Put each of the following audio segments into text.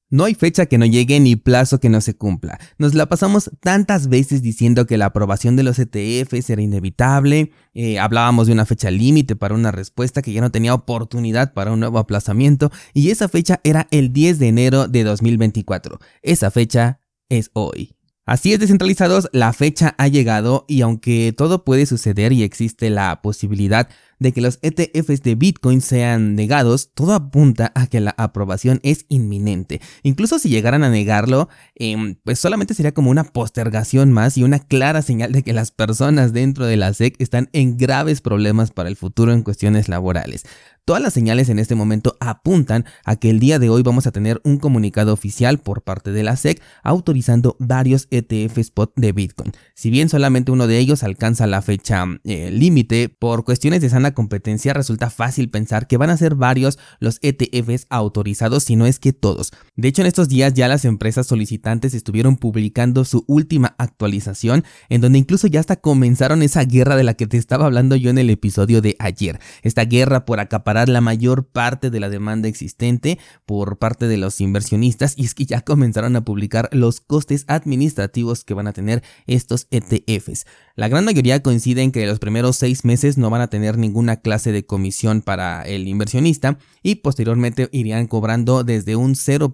No hay fecha que no llegue ni plazo que no se cumpla. Nos la pasamos tantas veces diciendo que la aprobación de los ETFs era inevitable, hablábamos de una fecha límite para una respuesta que ya no tenía oportunidad para un nuevo aplazamiento y esa fecha era el 10 de enero de 2024. Esa fecha es hoy. Así es, descentralizados, la fecha ha llegado y aunque todo puede suceder y existe la posibilidad de que los ETFs de Bitcoin sean negados, todo apunta a que la aprobación es inminente. Incluso si llegaran a negarlo, pues solamente sería como una postergación más y una clara señal de que las personas dentro de la SEC están en graves problemas para el futuro en cuestiones laborales. Todas las señales en este momento apuntan a que el día de hoy vamos a tener un comunicado oficial por parte de la SEC autorizando varios ETF spot de Bitcoin. Si bien solamente uno de ellos alcanza la fecha límite, por cuestiones de sana competencia resulta fácil pensar que van a ser varios los ETFs autorizados, si no es que todos. De hecho, en estos días ya las empresas solicitantes estuvieron publicando su última actualización, en donde incluso ya hasta comenzaron esa guerra de la que te estaba hablando yo en el episodio de ayer. Esta guerra por acaparar la mayor parte de la demanda existente por parte de los inversionistas, y es que ya comenzaron a publicar los costes administrativos que van a tener estos ETFs. La gran mayoría coincide en que los primeros 6 meses no van a tener ninguna clase de comisión para el inversionista y posteriormente irían cobrando desde un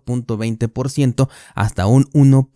0.20% hasta un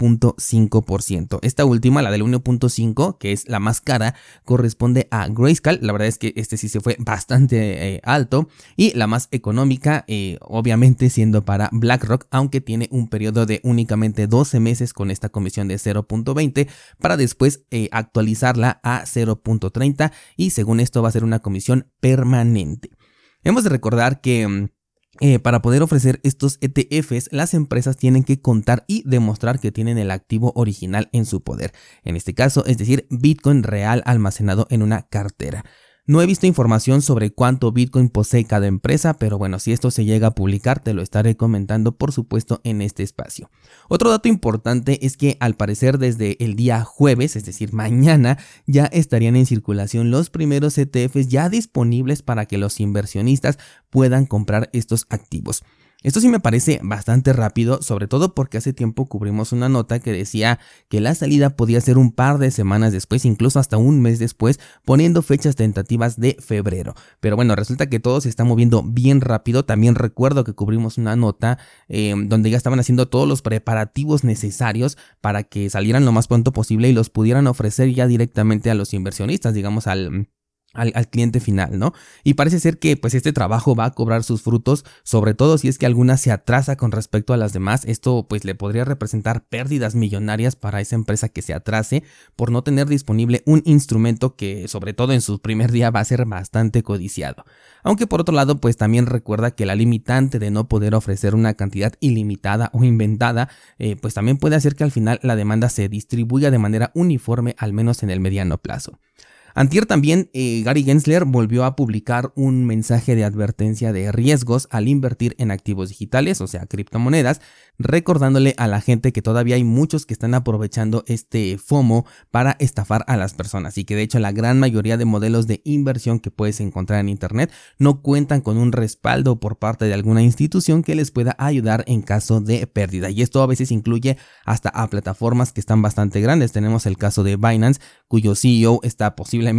1.5%. Esta última, la del 1.5, que es la más cara, corresponde a Grayscale. La verdad es que este sí se fue bastante alto. Y la más económica, obviamente siendo para BlackRock, aunque tiene un periodo de únicamente 12 meses con esta comisión de 0.20 para después actualizarla a 0.30 y según esto va a ser una comisión permanente. Hemos de recordar que para poder ofrecer estos ETFs, las empresas tienen que contar y demostrar que tienen el activo original en su poder. En este caso, es decir, Bitcoin real almacenado en una cartera. No he visto información sobre cuánto Bitcoin posee cada empresa, pero bueno, si esto se llega a publicar, te lo estaré comentando, por supuesto, en este espacio. Otro dato importante es que al parecer desde el día jueves, es decir, mañana, ya estarían en circulación los primeros ETFs ya disponibles para que los inversionistas puedan comprar estos activos. Esto sí me parece bastante rápido, sobre todo porque hace tiempo cubrimos una nota que decía que la salida podía ser un par de semanas después, incluso hasta un mes después, poniendo fechas tentativas de febrero. Pero bueno, resulta que todo se está moviendo bien rápido. También recuerdo que cubrimos una nota donde ya estaban haciendo todos los preparativos necesarios para que salieran lo más pronto posible y los pudieran ofrecer ya directamente a los inversionistas, digamos al cliente final, ¿no? Y parece ser que pues este trabajo va a cobrar sus frutos, sobre todo si es que alguna se atrasa con respecto a las demás. Esto pues le podría representar pérdidas millonarias para esa empresa que se atrase por no tener disponible un instrumento que sobre todo en su primer día va a ser bastante codiciado. Aunque por otro lado pues también recuerda que la limitante de no poder ofrecer una cantidad ilimitada o inventada pues también puede hacer que al final la demanda se distribuya de manera uniforme, al menos en el mediano plazo. Antier también Gary Gensler volvió a publicar un mensaje de advertencia de riesgos al invertir en activos digitales, o sea, criptomonedas, recordándole a la gente que todavía hay muchos que están aprovechando este FOMO para estafar a las personas y que de hecho la gran mayoría de modelos de inversión que puedes encontrar en internet no cuentan con un respaldo por parte de alguna institución que les pueda ayudar en caso de pérdida, y esto a veces incluye hasta a plataformas que están bastante grandes. Tenemos el caso de Binance, cuyo CEO está posiblemente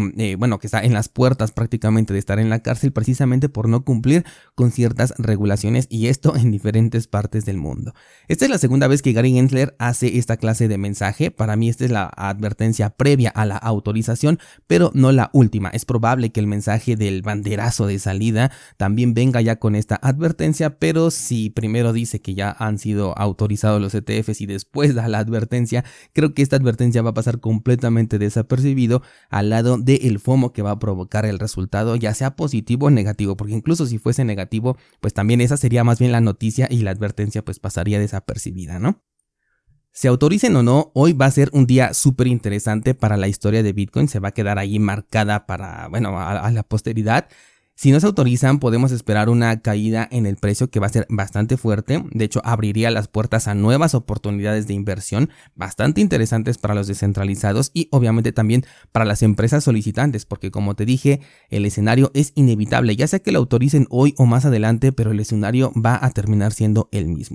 que está en las puertas prácticamente de estar en la cárcel precisamente por no cumplir con ciertas regulaciones, y esto en diferentes partes del mundo. Esta es la segunda vez que Gary Gensler hace esta clase de mensaje. Para mí esta es la advertencia previa a la autorización, pero no la última. Es probable que el mensaje del banderazo de salida también venga ya con esta advertencia, pero si primero dice que ya han sido autorizados los ETFs y después da la advertencia, creo que esta advertencia va a pasar completamente desapercibido al lado del FOMO que va a provocar el resultado, ya sea positivo o negativo, porque incluso si fuese negativo, pues también esa sería más bien la noticia y la advertencia pues pasaría desapercibida, ¿no? Se autoricen o no, hoy va a ser un día súper interesante para la historia de Bitcoin, se va a quedar ahí marcada para, a la posteridad. Si no se autorizan, podemos esperar una caída en el precio que va a ser bastante fuerte. De hecho, abriría las puertas a nuevas oportunidades de inversión bastante interesantes para los descentralizados y obviamente también para las empresas solicitantes, porque como te dije, el escenario es inevitable, ya sea que lo autoricen hoy o más adelante, pero el escenario va a terminar siendo el mismo.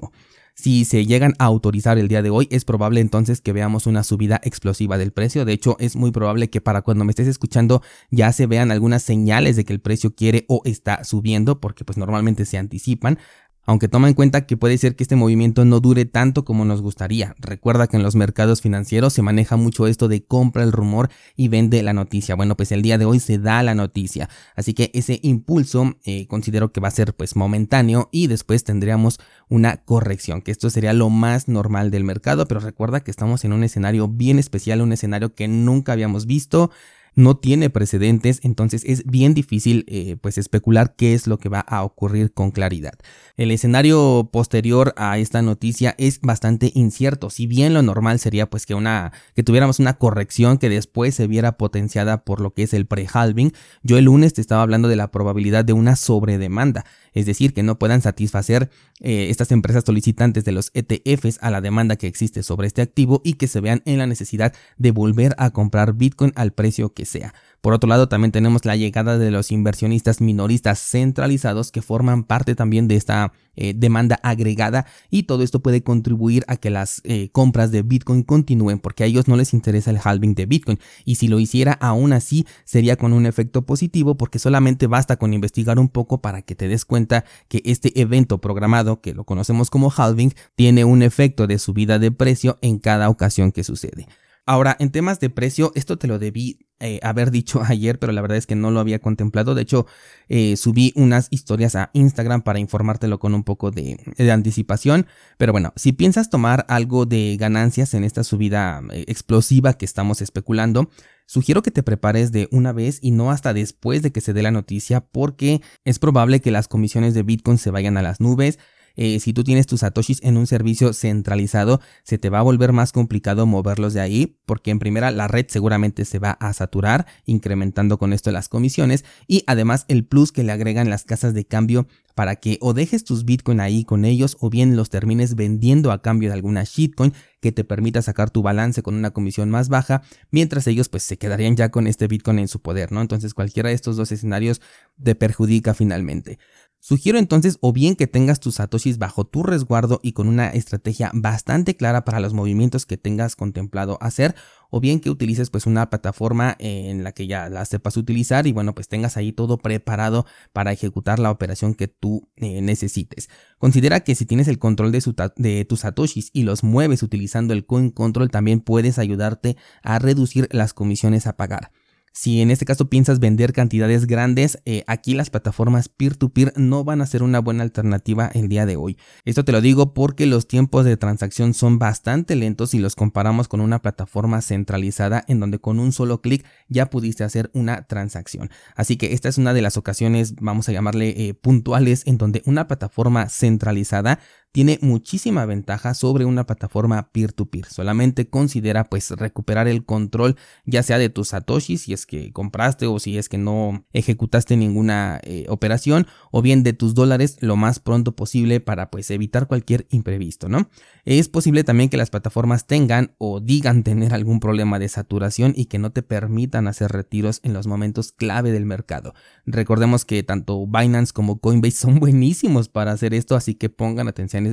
Si se llegan a autorizar el día de hoy, es probable entonces que veamos una subida explosiva del precio. De hecho, es muy probable que para cuando me estés escuchando ya se vean algunas señales de que el precio quiere o está subiendo, porque pues normalmente se anticipan. Aunque toma en cuenta que puede ser que este movimiento no dure tanto como nos gustaría. Recuerda que en los mercados financieros se maneja mucho esto de compra el rumor y vende la noticia. Bueno, pues el día de hoy se da la noticia. Así que ese impulso considero que va a ser pues momentáneo y después tendríamos una corrección, que esto sería lo más normal del mercado. Pero recuerda que estamos en un escenario bien especial, un escenario que nunca habíamos visto. No tiene precedentes, entonces es bien difícil pues especular qué es lo que va a ocurrir con claridad. El escenario posterior a esta noticia es bastante incierto. Si bien lo normal sería pues que tuviéramos una corrección que después se viera potenciada por lo que es el pre-halving, yo el lunes te estaba hablando de la probabilidad de una sobredemanda, es decir, que no puedan satisfacer estas empresas solicitantes de los ETFs a la demanda que existe sobre este activo y que se vean en la necesidad de volver a comprar Bitcoin al precio que sea. Por otro lado, también tenemos la llegada de los inversionistas minoristas centralizados que forman parte también de esta demanda agregada, y todo esto puede contribuir a que las compras de Bitcoin continúen, porque a ellos no les interesa el halving de Bitcoin, y si lo hiciera aún así sería con un efecto positivo, porque solamente basta con investigar un poco para que te des cuenta que este evento programado, que lo conocemos como halving, tiene un efecto de subida de precio en cada ocasión que sucede. Ahora, en temas de precio, esto te lo debí haber dicho ayer, pero la verdad es que no lo había contemplado. De hecho, subí unas historias a Instagram para informártelo con un poco de anticipación. Pero bueno, si piensas tomar algo de ganancias en esta subida explosiva que estamos especulando, sugiero que te prepares de una vez y no hasta después de que se dé la noticia, porque es probable que las comisiones de Bitcoin se vayan a las nubes. Si tú tienes tus satoshis en un servicio centralizado, se te va a volver más complicado moverlos de ahí, porque en primera la red seguramente se va a saturar, incrementando con esto las comisiones, y además el plus que le agregan las casas de cambio para que o dejes tus Bitcoin ahí con ellos o bien los termines vendiendo a cambio de alguna shitcoin que te permita sacar tu balance con una comisión más baja, mientras ellos pues se quedarían ya con este Bitcoin en su poder, ¿no? Entonces cualquiera de estos dos escenarios te perjudica finalmente. Sugiero entonces o bien que tengas tus satoshis bajo tu resguardo y con una estrategia bastante clara para los movimientos que tengas contemplado hacer, o bien que utilices pues una plataforma en la que ya la sepas utilizar y bueno, pues tengas ahí todo preparado para ejecutar la operación que tú necesites. Considera que si tienes el control de tus satoshis y los mueves utilizando el Coin Control, también puedes ayudarte a reducir las comisiones a pagar. Si en este caso piensas vender cantidades grandes, aquí las plataformas peer-to-peer no van a ser una buena alternativa el día de hoy. Esto te lo digo porque los tiempos de transacción son bastante lentos si los comparamos con una plataforma centralizada en donde con un solo clic ya pudiste hacer una transacción. Así que esta es una de las ocasiones, vamos a llamarle puntuales, en donde una plataforma centralizada tiene muchísima ventaja sobre una plataforma peer-to-peer. Solamente considera pues recuperar el control, ya sea de tus satoshis si es que compraste o si es que no ejecutaste ninguna operación, o bien de tus dólares lo más pronto posible para pues evitar cualquier imprevisto, ¿no? Es posible también que las plataformas tengan o digan tener algún problema de saturación y que no te permitan hacer retiros en los momentos clave del mercado. Recordemos que tanto Binance como Coinbase son buenísimos para hacer esto, así que pongan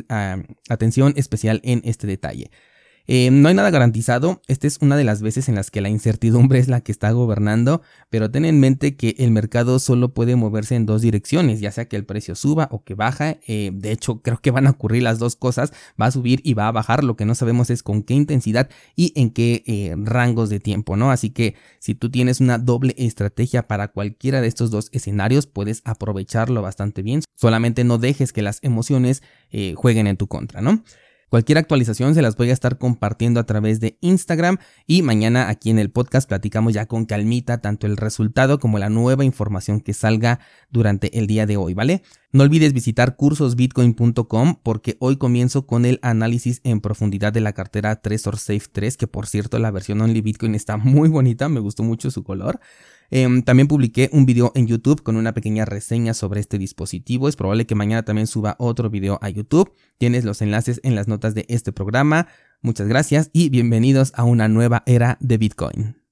atención especial en este detalle. No hay nada garantizado. Esta es una de las veces en las que la incertidumbre es la que está gobernando, pero ten en mente que el mercado solo puede moverse en dos direcciones, ya sea que el precio suba o que baja. De hecho, creo que van a ocurrir las dos cosas, va a subir y va a bajar, lo que no sabemos es con qué intensidad y en qué rangos de tiempo, ¿no? Así que si tú tienes una doble estrategia para cualquiera de estos dos escenarios, puedes aprovecharlo bastante bien, solamente no dejes que las emociones jueguen en tu contra, ¿no? Cualquier actualización se las voy a estar compartiendo a través de Instagram, y mañana aquí en el podcast platicamos ya con calmita tanto el resultado como la nueva información que salga durante el día de hoy, ¿vale? No olvides visitar cursosbitcoin.com porque hoy comienzo con el análisis en profundidad de la cartera Trezor Safe 3, que por cierto la versión Only Bitcoin está muy bonita, me gustó mucho su color. También publiqué un video en YouTube con una pequeña reseña sobre este dispositivo. Es probable que mañana también suba otro video a YouTube. Tienes los enlaces en las notas de este programa. Muchas gracias y bienvenidos a una nueva era de Bitcoin.